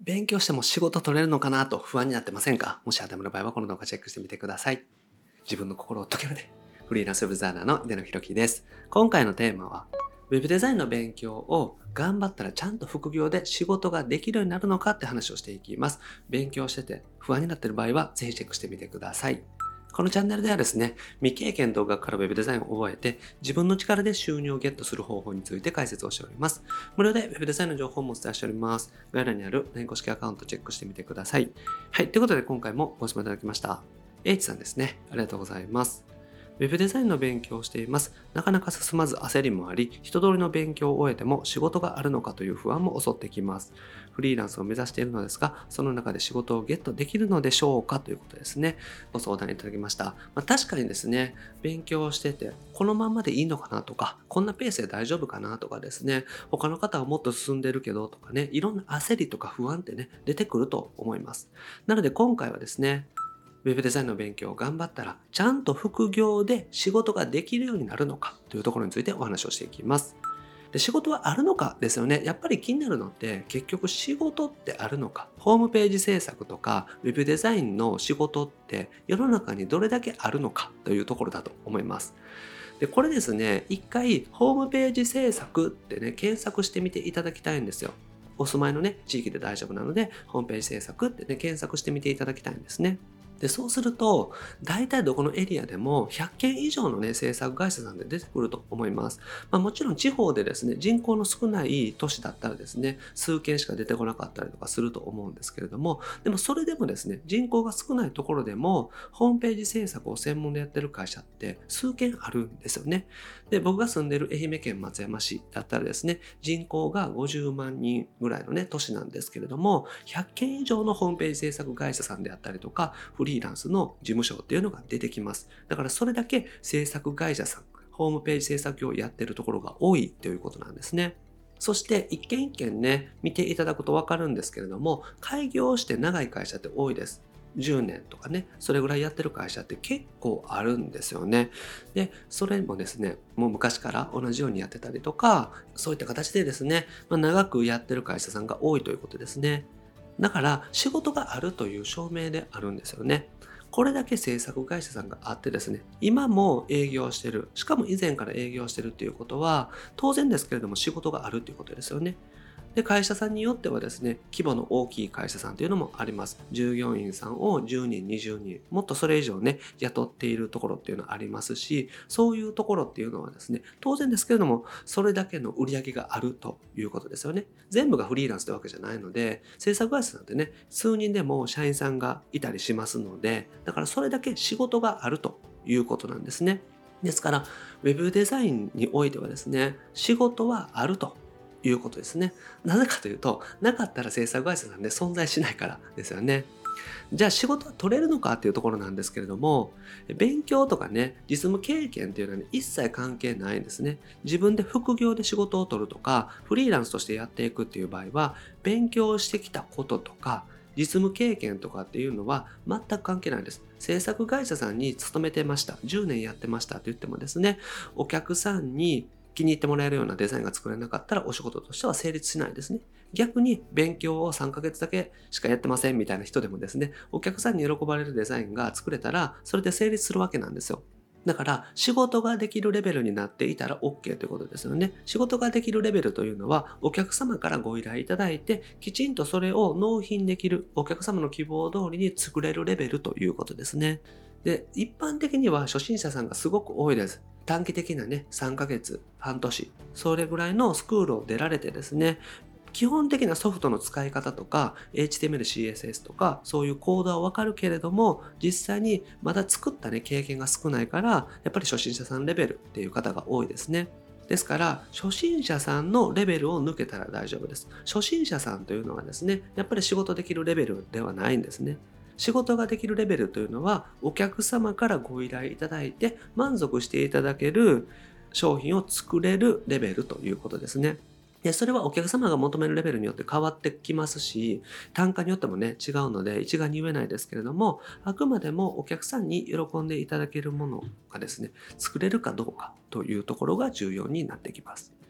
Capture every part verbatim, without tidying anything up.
勉強しても仕事取れるのかなと不安になってませんか？もし当てはまる場合はこの動画チェックしてみてください。自分の心を解けるで。フリーランスウェブデザイナーの出野ひろきです。今回のテーマは、ウェブデザインの勉強を頑張ったらちゃんと副業で仕事ができるようになるのかって話をしていきます。勉強してて不安になっている場合はぜひチェックしてみてください。このチャンネルではですね、未経験動画からウェブデザインを覚えて、自分の力で収入をゲットする方法について解説をしております。無料でウェブデザインの情報もお伝えしております。概要欄にある ライン 公式アカウントチェックしてみてください。はい、ということで今回もご質問いただきました。H さんですね。ありがとうございます。ウェブデザインの勉強をしています。なかなか進まず焦りもあり、一通りの勉強を終えても仕事があるのかという不安も襲ってきます。フリーランスを目指しているのですが、その中で仕事をゲットできるのでしょうかということですね。ご相談いただきました。まあ、確かにですね、勉強をしてて、このまんまでいいのかなとか、こんなペースで大丈夫かなとかですね、他の方はもっと進んでるけどとかね、いろんな焦りとか不安ってね、出てくると思います。なので今回はですね、ウェブデザインの勉強を頑張ったら、ちゃんと副業で仕事ができるようになるのかというところについてお話をしていきます。で、仕事はあるのかですよね。やっぱり気になるのって結局仕事ってあるのか。ホームページ制作とかウェブデザインの仕事って世の中にどれだけあるのかというところだと思います。で、これですね、一回ホームページ制作ってね、検索してみていただきたいんですよ。お住まいのね、地域で大丈夫なので、ホームページ制作ってね、検索してみていただきたいんですね。で、そうすると、大体どこのエリアでもひゃっけん以上のね、制作会社さんで出てくると思います。まあもちろん地方でですね、人口の少ない都市だったらですね、数件しか出てこなかったりとかすると思うんですけれども、でもそれでもですね、人口が少ないところでも、ホームページ制作を専門でやってる会社って数件あるんですよね。で、僕が住んでる愛媛県松山市だったらですね、人口がごじゅうまんにんぐらいのね、都市なんですけれども、ひゃっけん以上のホームページ制作会社さんであったりとか、フリーランスの事務所っていうのが出てきます。だからそれだけ制作会社さん、ホームページ制作をやってるところが多いということなんですね。そして一件一件ね、見ていただくとわかるんですけれども、開業して長い会社って多いです。じゅうねんとかね、それぐらいやってる会社って結構あるんですよね。で、それもですね、もう昔から同じようにやってたりとか、そういった形でですね、まあ、長くやってる会社さんが多いということですね。だから仕事があるという証明であるんですよね。これだけ制作会社さんがあってですね、今も営業してる、しかも以前から営業してるっていうことは、当然ですけれども仕事があるっていうことですよね。で、会社さんによってはですね、規模の大きい会社さんというのもあります。従業員さんをじゅうにん、にじゅうにん、もっとそれ以上ね、雇っているところっていうのはありますし、そういうところっていうのはですね、当然ですけれども、それだけの売り上げがあるということですよね。全部がフリーランスってわけじゃないので、制作会社なんてね、数人でも社員さんがいたりしますので、だからそれだけ仕事があるということなんですね。ですから、ウェブデザインにおいてはですね、仕事はあるということですね。なぜかというと、なかったら制作会社さんで存在しないからですよね。じゃあ仕事は取れるのかっていうところなんですけれども、勉強とかね、実務経験っていうのは、ね、一切関係ないんですね。自分で副業で仕事を取るとか、フリーランスとしてやっていくっていう場合は、勉強してきたこととか、実務経験とかっていうのは全く関係ないです。制作会社さんに勤めてました。じゅうねんやってましたって言ってもですね、お客さんに気に入ってもらえるようなデザインが作れなかったらお仕事としては成立しないですね。逆に勉強をさんかげつだけしかやってませんみたいな人でもですね、お客さんに喜ばれるデザインが作れたら、それで成立するわけなんですよ。だから、仕事ができるレベルになっていたら OK ということですよね。仕事ができるレベルというのは、お客様からご依頼いただいて、きちんとそれを納品できる、お客様の希望通りに作れるレベルということですね。で、一般的には初心者さんがすごく多いです。短期的なね、さんかげつ、半年、それぐらいのスクールを出られてですね、基本的なソフトの使い方とか、エイチティーエムエル、シーエスエス とか、そういうコードはわかるけれども、実際にまだ作ったね、経験が少ないから、やっぱり初心者さんレベルっていう方が多いですね。ですから、初心者さんのレベルを抜けたら大丈夫です。初心者さんというのはですね、やっぱり仕事できるレベルではないんですね。仕事ができるレベルというのは、お客様からご依頼いただいて満足していただける商品を作れるレベルということですね。で、それはお客様が求めるレベルによって変わってきますし、単価によってもね、違うので一概に言えないですけれども、あくまでもお客さんに喜んでいただけるものがですね、作れるかどうかというところが重要になってきます。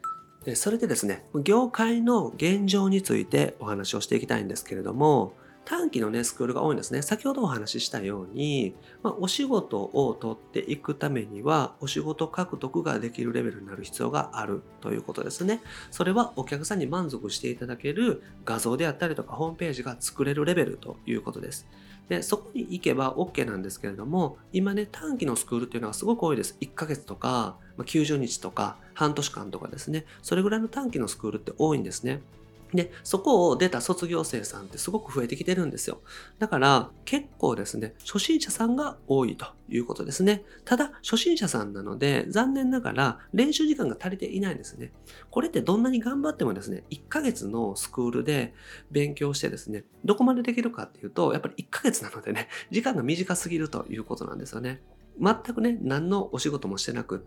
でそれでですね、業界の現状についてお話をしていきたいんですけれども、短期のね、スクールが多いんですね。先ほどお話ししたように、まあ、お仕事を取っていくためには、お仕事獲得ができるレベルになる必要があるということですね。それはお客さんに満足していただける画像であったりとか、ホームページが作れるレベルということです。で、そこに行けば OK なんですけれども、今ね、短期のスクールっていうのはすごく多いです。いっかげつとか、まあ、きゅうじゅうにちとか、半年間とかですね。それぐらいの短期のスクールって多いんですね。で、そこを出た卒業生さんってすごく増えてきてるんですよ。だから結構ですね、初心者さんが多いということですね。ただ、初心者さんなので、残念ながら練習時間が足りていないんですね。これってどんなに頑張ってもですね、いっかげつのスクールで勉強してですね、どこまでできるかっていうと、やっぱりいっかげつなのでね、時間が短すぎるということなんですよね。全くね、何のお仕事もしてなくって、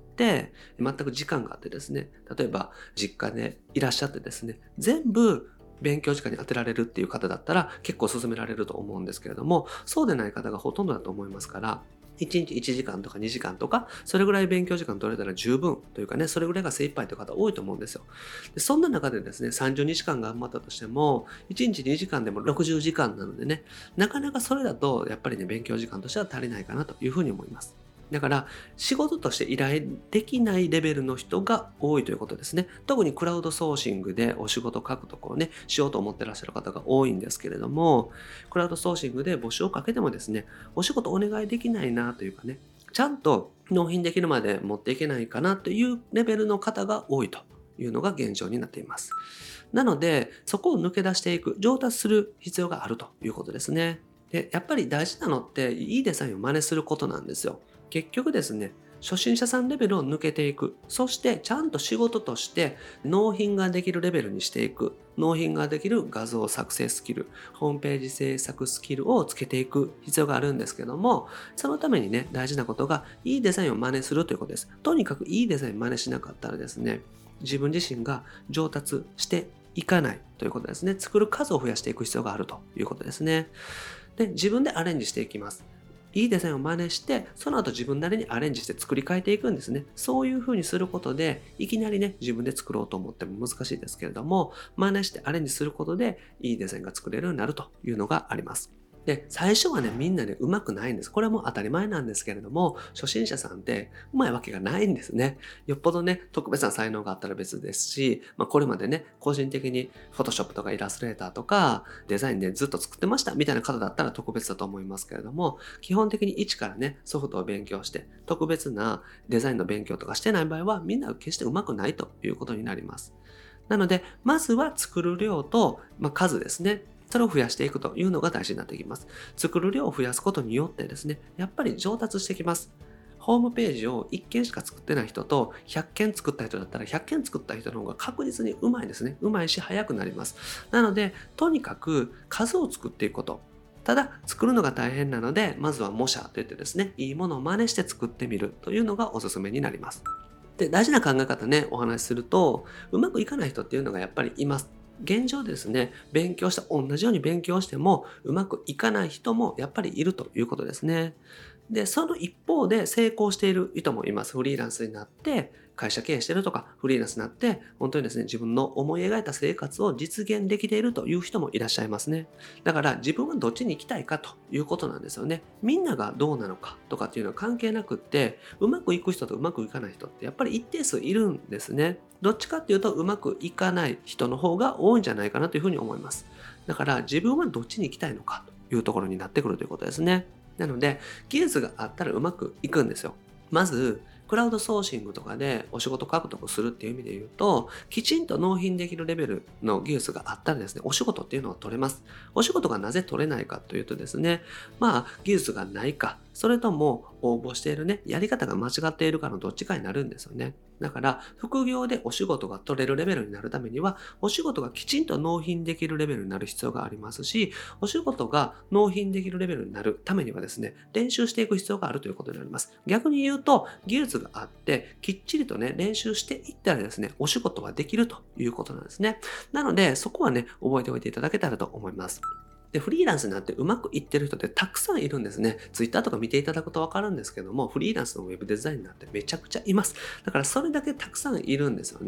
全く時間があってですね、例えば実家でいらっしゃってですね、全部勉強時間に当てられるっていう方だったら結構進められると思うんですけれども、そうでない方がほとんどだと思いますから、いちにちいちじかんとかにじかんとか、それぐらい勉強時間取れたら十分というかね、それぐらいが精一杯という方多いと思うんですよ。でそんな中でですね、さんじゅうにじかん頑張ったとしても、いちにちにじかんでもろくじゅうじかんなのでね、なかなかそれだとやっぱりね、勉強時間としては足りないかなというふうに思います。だから、仕事として依頼できないレベルの人が多いということですね。特にクラウドソーシングでお仕事獲得をね、しようと思ってらっしゃる方が多いんですけれども、クラウドソーシングで募集をかけてもですね、お仕事お願いできないなというかね、ちゃんと納品できるまで持っていけないかなというレベルの方が多いというのが現状になっています。なので、そこを抜け出していく、上達する必要があるということですね。で、やっぱり大事なのって、いいデザインを真似することなんですよ。結局ですね、初心者さんレベルを抜けていく。そしてちゃんと仕事として納品ができるレベルにしていく。納品ができる画像作成スキル、ホームページ制作スキルをつけていく必要があるんですけども、そのためにね、大事なことがいいデザインを真似するということです。とにかくいいデザイン真似しなかったらですね、自分自身が上達していかないということですね。作る数を増やしていく必要があるということですね。で、自分でアレンジしていきます。いいデザインを真似して、その後自分なりにアレンジして作り変えていくんですね。そういう風にすることで、いきなりね、自分で作ろうと思っても難しいですけれども、真似してアレンジすることで、いいデザインが作れるようになるというのがあります。で、最初はね、みんなね、上手くないんです。これはもう当たり前なんですけれども、初心者さんって上手いわけがないんですね。よっぽどね、特別な才能があったら別ですし、まあ、これまでね、個人的に Photoshop とかイラストレーターとかデザインでずっと作ってましたみたいな方だったら特別だと思いますけれども、基本的に一からね、ソフトを勉強して、特別なデザインの勉強とかしてない場合は、みんな決して上手くないということになります。なので、まずは作る量と、まあ、数ですね。それを増やしていくというのが大事になってきます。作る量を増やすことによってですね、やっぱり上達してきます。ホームページをいっけんしか作ってない人とひゃっけん作った人だったらひゃっけん作った人の方が確実にうまいですね。うまいし早くなります。なので、とにかく数を作っていくこと。ただ、作るのが大変なので、まずは模写といってですね、いいものを真似して作ってみるというのがおすすめになります。で、大事な考え方ね、お話しすると、うまくいかない人っていうのがやっぱりいます。現状ですね、勉強した、同じように勉強しても、うまくいかない人もやっぱりいるということですね。で、その一方で成功している人もいます。フリーランスになって、会社経営してるとか、フリーランスになって、本当にですね、自分の思い描いた生活を実現できているという人もいらっしゃいますね。だから自分はどっちに行きたいかということなんですよね。みんながどうなのかとかっていうのは関係なくって、うまくいく人とうまくいかない人ってやっぱり一定数いるんですね。どっちかっていうとうまくいかない人の方が多いんじゃないかなというふうに思います。だから自分はどっちに行きたいのかというところになってくるということですね。なので、技術があったらうまくいくんですよ。まず、クラウドソーシングとかでお仕事獲得するっていう意味で言うと、きちんと納品できるレベルの技術があったらですね、お仕事っていうのは取れます。お仕事がなぜ取れないかというとですね、まあ、技術がないか、それとも応募しているね、やり方が間違っているかのどっちかになるんですよね。だから、副業でお仕事が取れるレベルになるためには、お仕事がきちんと納品できるレベルになる必要がありますし、お仕事が納品できるレベルになるためにはですね、練習していく必要があるということになります。逆に言うと、技術があって、きっちりとね、練習していったらですね、お仕事はできるということなんですね。なので、そこはね、覚えておいていただけたらと思います。で、フリーランスになってうまくいってる人ってたくさんいるんですね。ツイッターとか見ていただくとわかるんですけども、フリーランスのウェブデザイナーってめちゃくちゃいます。だからそれだけたくさんいるんですよね。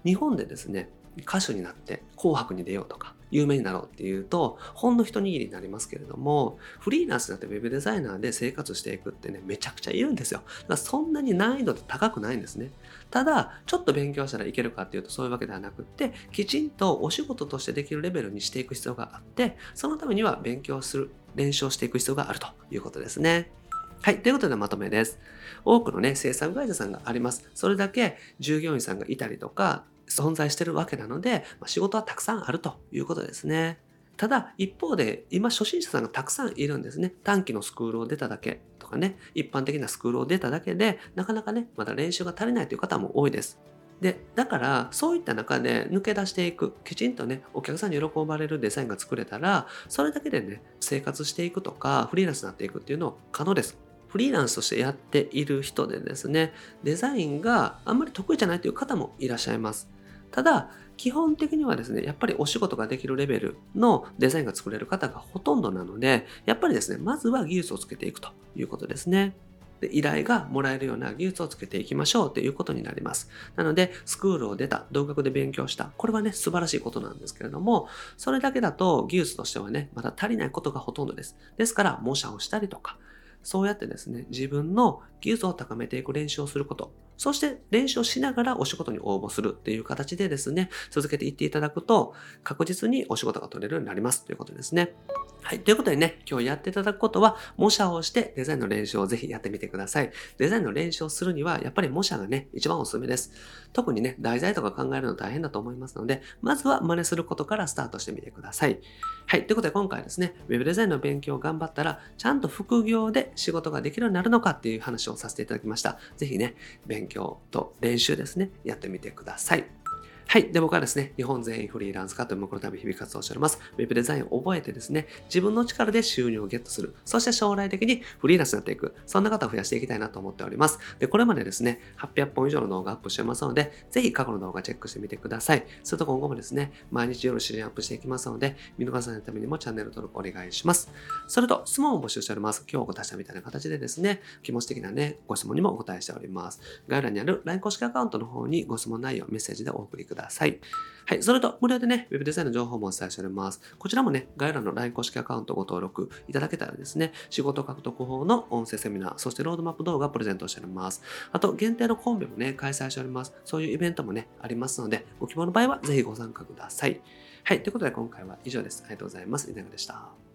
日本でですね、歌手になって紅白に出ようとか、有名になろうっていうと、ほんの一握りになりますけれども、フリーランスになってウェブデザイナーで生活していくってね、めちゃくちゃいるんですよ。だからそんなに難易度って高くないんですね。ただ、ちょっと勉強したらいけるかっていうとそういうわけではなくって、きちんとお仕事としてできるレベルにしていく必要があって、そのためには勉強する、練習をしていく必要があるということですね。はい。ということでまとめです。多くのね、制作会社さんがあります。それだけ従業員さんがいたりとか、存在してるわけなので、まあ、仕事はたくさんあるということですね。ただ、一方で、今初心者さんがたくさんいるんですね。短期のスクールを出ただけとかね、一般的なスクールを出ただけで、なかなかね、まだ練習が足りないという方も多いです。で、だから、そういった中で抜け出していく、きちんとね、お客さんに喜ばれるデザインが作れたら、それだけでね、生活していくとか、フリーランスになっていくっていうのを可能です。フリーランスとしてやっている人でですね、デザインがあんまり得意じゃないという方もいらっしゃいます。ただ、基本的にはですね、やっぱりお仕事ができるレベルのデザインが作れる方がほとんどなので、やっぱりですね、まずは技術をつけていくということですね。で、依頼がもらえるような技術をつけていきましょうということになります。なので、スクールを出た、独学で勉強した。これはね、素晴らしいことなんですけれども、それだけだと技術としてはね、まだ足りないことがほとんどです。ですから、模写をしたりとか、そうやってですね、自分の技術を高めていく練習をすること。そして練習をしながらお仕事に応募するっていう形でですね、続けていっていただくと、確実にお仕事が取れるようになりますということですね。はい。ということでね、今日やっていただくことは、模写をしてデザインの練習をぜひやってみてください。デザインの練習をするには、やっぱり模写がね、一番おすすめです。特にね、題材とか考えるの大変だと思いますので、まずは真似することからスタートしてみてください。はい。ということで今回はですね、ウェブデザインの勉強を頑張ったら、ちゃんと副業で仕事ができるようになるのかっていう話をさせていただきました。ぜひね、勉強と練習ですね、やってみてください。はい。で、僕はですね、日本全員フリーランス化という目のため日々活動しております。ウェブデザインを覚えてですね、自分の力で収入をゲットする。そして将来的にフリーランスになっていく。そんな方を増やしていきたいなと思っております。で、これまでですね、はっぴゃっぽん以上の動画アップしてますので、ぜひ過去の動画チェックしてみてください。すると今後もですね、毎日夜しりアップしていきますので、見逃さないためにもチャンネル登録お願いします。それと、質問を募集しております。今日お答えしたみたいな形でですね、気持ち的なね、ご質問にもお答えしております。概要欄にある ライン 公式アカウントの方にご質問内容、メッセージでお送りください。はい。それと、無料でね、ウェブデザインの情報もお伝えしております。こちらもね、概要欄の ライン 公式アカウントをご登録いただけたらですね、仕事獲得法の音声セミナー、そしてロードマップ動画をプレゼントしております。あと、限定のコンペもね、開催しております。そういうイベントもね、ありますので、ご希望の場合はぜひご参加ください。はい。ということで、今回は以上です。ありがとうございます。いかがでした。